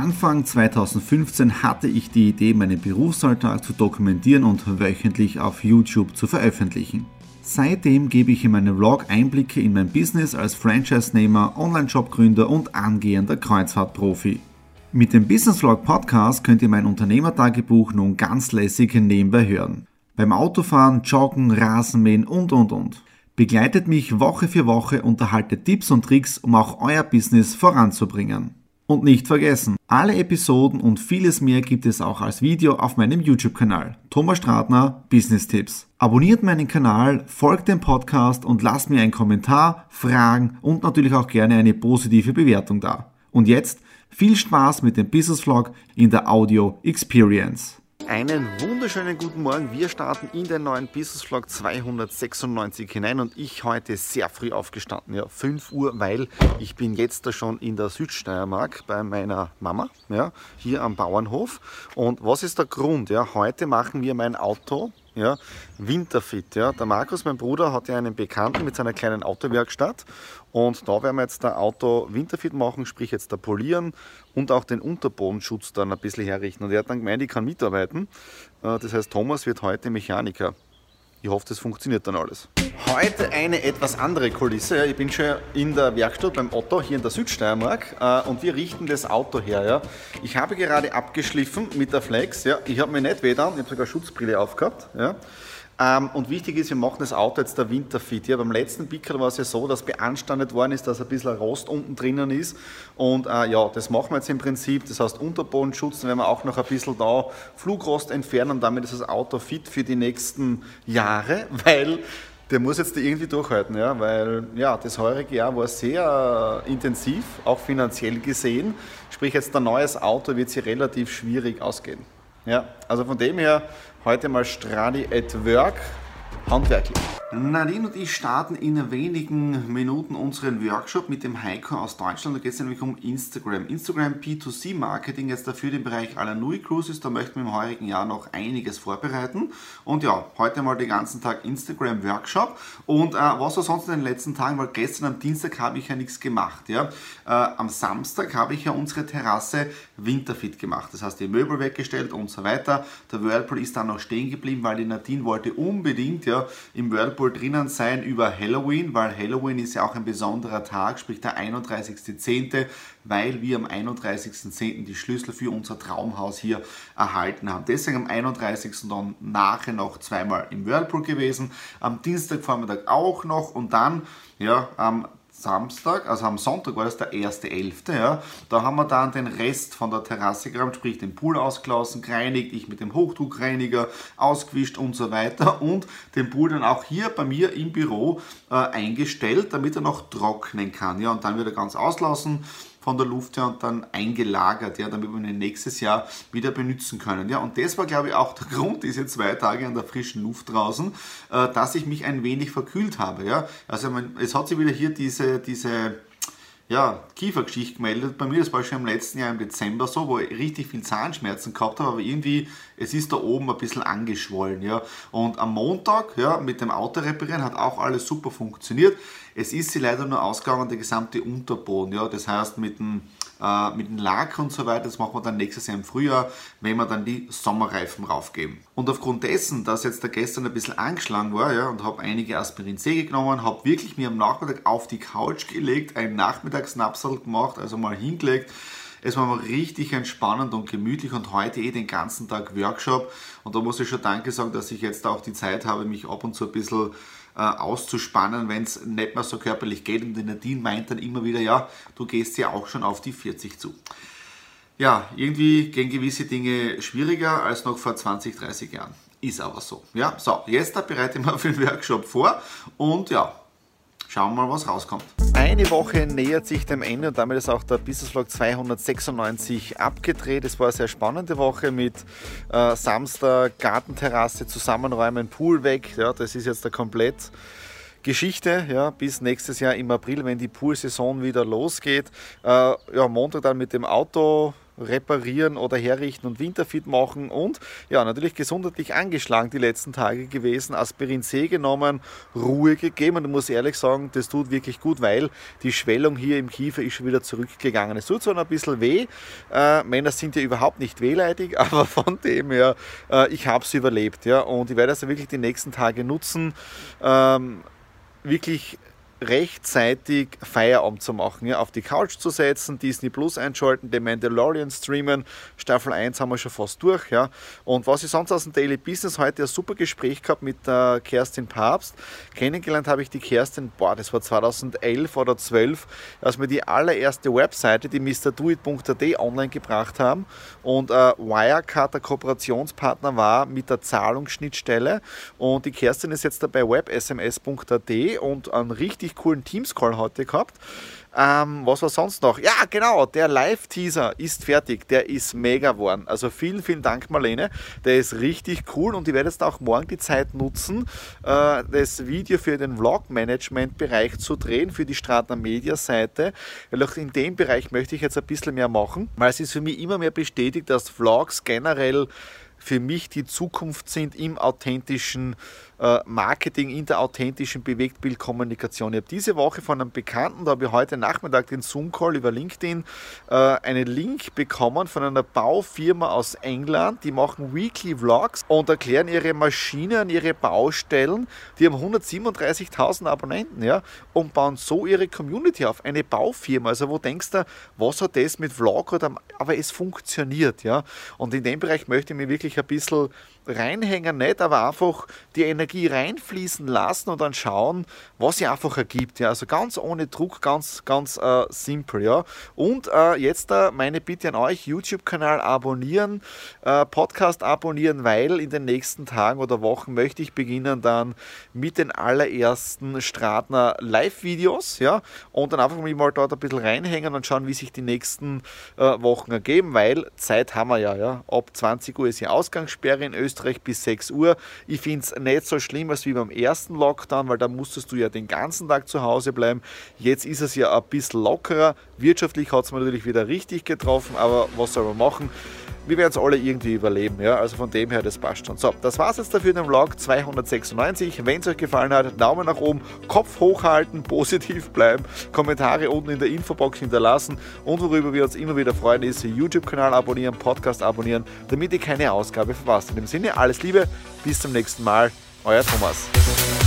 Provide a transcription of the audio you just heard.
Anfang 2015 hatte ich die Idee, meinen Berufsalltag zu dokumentieren und wöchentlich auf YouTube zu veröffentlichen. Seitdem gebe ich in meinem Vlog Einblicke in mein Business als Franchise-Nehmer, Online-Shop-Gründer und angehender Kreuzfahrtprofi. Mit dem Business Vlog Podcast könnt ihr mein Unternehmertagebuch nun ganz lässig nebenbei hören. Beim Autofahren, Joggen, Rasenmähen und. Begleitet mich Woche für Woche und erhaltet Tipps und Tricks, um auch euer Business voranzubringen. Und nicht vergessen, alle Episoden und vieles mehr gibt es auch als Video auf meinem YouTube-Kanal. Thomas Stratner, Business Tipps. Abonniert meinen Kanal, folgt dem Podcast und lasst mir einen Kommentar, Fragen und natürlich auch gerne eine positive Bewertung da. Und jetzt viel Spaß mit dem Business Vlog in der Audio Experience. Einen wunderschönen guten Morgen. Wir starten in den neuen Business Vlog 296 hinein und ich heute sehr früh aufgestanden, ja, 5 Uhr, weil ich bin jetzt da schon in der Südsteiermark bei meiner Mama, ja, hier am Bauernhof. Und was ist der Grund? Ja, heute machen wir mein Auto, ja, winterfit. Ja. Der Markus, mein Bruder, hat ja einen Bekannten mit seiner kleinen Autowerkstatt und da werden wir jetzt das Auto winterfit machen, sprich jetzt da polieren und auch den Unterbodenschutz dann ein bisschen herrichten. Und er hat dann gemeint, ich kann mitarbeiten. Das heißt, Thomas wird heute Mechaniker. Ich hoffe, das funktioniert dann alles. Heute eine etwas andere Kulisse. Ja. Ich bin schon in der Werkstatt beim Otto hier in der Südsteiermark und wir richten das Auto her. Ja. Ich habe gerade abgeschliffen mit der Flex. Ja. Ich habe mich nicht weh getan, ich habe sogar Schutzbrille aufgehabt. Ja. Und wichtig ist, wir machen das Auto jetzt der winterfit. Ja, beim letzten Pickel war es ja so, dass beanstandet worden ist, dass ein bisschen Rost unten drinnen ist. Und ja, das machen wir jetzt im Prinzip. Das heißt Unterbodenschutz, dann werden wir auch noch ein bisschen da Flugrost entfernen und damit ist das Auto fit für die nächsten Jahre, weil der muss jetzt irgendwie durchhalten, ja, weil ja, das heurige Jahr war sehr intensiv, auch finanziell gesehen. Sprich, jetzt ein neues Auto wird sich relativ schwierig ausgehen. Ja, also von dem her heute mal Stradi at Work, handwerklich. Nadine und ich starten in wenigen Minuten unseren Workshop mit dem Heiko aus Deutschland. Da geht es nämlich um Instagram. Instagram P2C Marketing jetzt dafür den Bereich aller Nui Cruises. Da möchten wir im heurigen Jahr noch einiges vorbereiten. Und ja, heute mal den ganzen Tag Instagram Workshop. Und was war sonst in den letzten Tagen? Weil gestern am Dienstag habe ich ja nichts gemacht. Ja? Am Samstag habe ich ja unsere Terrasse winterfit gemacht. Das heißt, die Möbel weggestellt und so weiter. Der Whirlpool ist dann noch stehen geblieben, weil die Nadine wollte unbedingt ja, im Whirlpool drinnen sein über Halloween, weil Halloween ist ja auch ein besonderer Tag, sprich der 31.10., weil wir am 31.10. die Schlüssel für unser Traumhaus hier erhalten haben. Deswegen am 31. dann nachher noch zweimal im Whirlpool gewesen, am Dienstagvormittag auch noch und dann ja am Samstag, also am Sonntag war das der 1.11., ja, da haben wir dann den Rest von der Terrasse geräumt, sprich den Pool ausgelassen, gereinigt, ich mit dem Hochdruckreiniger ausgewischt und so weiter und den Pool dann auch hier bei mir im Büro eingestellt, damit er noch trocknen kann, ja, und dann wieder ganz auslassen von der Luft her und dann eingelagert, ja, damit wir ihn nächstes Jahr wieder benutzen können. Ja, und das war, glaube ich, auch der Grund, diese 2 Tage an der frischen Luft draußen, dass ich mich ein wenig verkühlt habe. Ja. Also es hat sich wieder hier diese ja, Kiefergeschichte gemeldet bei mir. Das war schon im letzten Jahr im Dezember so, wo ich richtig viel Zahnschmerzen gehabt habe, aber irgendwie, es ist da oben ein bisschen angeschwollen. Ja. Und am Montag ja, mit dem Auto reparieren hat auch alles super funktioniert. Es ist sie leider nur ausgegangen, der gesamte Unterboden. Ja. Das heißt, mit dem Lack und so weiter, das machen wir dann nächstes Jahr im Frühjahr, wenn wir dann die Sommerreifen raufgeben. Und aufgrund dessen, dass jetzt der gestern ein bisschen angeschlagen war ja, und habe einige Aspirin C genommen, habe wirklich mir am Nachmittag auf die Couch gelegt, einen Nachmittagsnapsal gemacht, also mal hingelegt. Es war mal richtig entspannend und gemütlich und heute den ganzen Tag Workshop und da muss ich schon Danke sagen, dass ich jetzt auch die Zeit habe, mich ab und zu ein bisschen auszuspannen, wenn es nicht mehr so körperlich geht und die Nadine meint dann immer wieder, ja, du gehst ja auch schon auf die 40 zu. Ja, irgendwie gehen gewisse Dinge schwieriger als noch vor 20, 30 Jahren. Ist aber so. Ja, so, jetzt bereite ich mal für den Workshop vor und ja, schauen wir mal, was rauskommt. Eine Woche nähert sich dem Ende und damit ist auch der Business Vlog 296 abgedreht. Es war eine sehr spannende Woche mit Samstag, Gartenterrasse zusammenräumen, Pool weg. Ja, das ist jetzt eine komplett Geschichte, ja, bis nächstes Jahr im April, wenn die Poolsaison wieder losgeht. Ja, Montag dann mit dem Auto reparieren oder herrichten und Winterfit machen und ja, natürlich gesundheitlich angeschlagen die letzten Tage gewesen, Aspirin C genommen, Ruhe gegeben und ich muss ehrlich sagen, das tut wirklich gut, weil die Schwellung hier im Kiefer ist schon wieder zurückgegangen. Es tut zwar noch ein bisschen weh, Männer sind ja überhaupt nicht wehleidig, aber von dem her, ich habe es überlebt, ja, und ich werde also wirklich die nächsten Tage nutzen, wirklich rechtzeitig Feierabend zu machen, ja, auf die Couch zu setzen, Disney Plus einschalten, den Mandalorian streamen, Staffel 1 haben wir schon fast durch, ja. Und was ich sonst aus dem Daily Business, heute ein super Gespräch gehabt mit der Kerstin Papst. Kennengelernt habe ich die Kerstin, das war 2011 oder 12, als wir die allererste Webseite, die mrdoit.at online gebracht haben und Wirecard der Kooperationspartner war mit der Zahlungsschnittstelle und die Kerstin ist jetzt dabei websms.at und einen richtig coolen Teams-Call heute gehabt. Was war sonst noch? Ja, genau, der Live-Teaser ist fertig. Der ist mega geworden. Also vielen, vielen Dank, Marlene. Der ist richtig cool und ich werde jetzt auch morgen die Zeit nutzen, das Video für den Vlog-Management-Bereich zu drehen, für die Stratner Media-Seite. Weil auch in dem Bereich möchte ich jetzt ein bisschen mehr machen, weil es ist für mich immer mehr bestätigt, dass Vlogs generell für mich die Zukunft sind im authentischen Marketing, in der authentischen Bewegtbildkommunikation. Ich habe diese Woche von einem Bekannten, da habe ich heute Nachmittag den Zoom-Call über LinkedIn, einen Link bekommen von einer Baufirma aus England, die machen Weekly Vlogs und erklären ihre Maschinen, ihre Baustellen. Die haben 137.000 Abonnenten, ja, und bauen so ihre Community auf. Eine Baufirma, also wo denkst du, was hat das mit Vlog oder, aber es funktioniert, ja. Und in dem Bereich möchte ich mich wirklich ein bisschen reinhängen, nicht, aber einfach die Energie reinfließen lassen und dann schauen, was sie einfach ergibt. Ja. Also ganz ohne Druck, ganz simpel. Ja. Und jetzt meine Bitte an euch, YouTube-Kanal abonnieren, Podcast abonnieren, weil in den nächsten Tagen oder Wochen möchte ich beginnen dann mit den allerersten Stratner Live-Videos, ja, und dann einfach mal dort ein bisschen reinhängen und schauen, wie sich die nächsten Wochen ergeben, weil Zeit haben wir ja. Ab 20 Uhr ist die Ausgangssperre in Österreich bis 6 Uhr. Ich finde es nicht so schlimm als wie beim ersten Lockdown, weil da musstest du ja den ganzen Tag zu Hause bleiben. Jetzt ist es ja ein bisschen lockerer. Wirtschaftlich hat es mir natürlich wieder richtig getroffen, aber was soll man machen? Wir werden es alle irgendwie überleben, ja, also von dem her, das passt schon. So, das war es jetzt dafür in dem Vlog 296. Wenn es euch gefallen hat, Daumen nach oben, Kopf hochhalten, positiv bleiben, Kommentare unten in der Infobox hinterlassen und worüber wir uns immer wieder freuen, ist YouTube-Kanal abonnieren, Podcast abonnieren, damit ihr keine Ausgabe verpasst. In dem Sinne, alles Liebe, bis zum nächsten Mal, euer Thomas.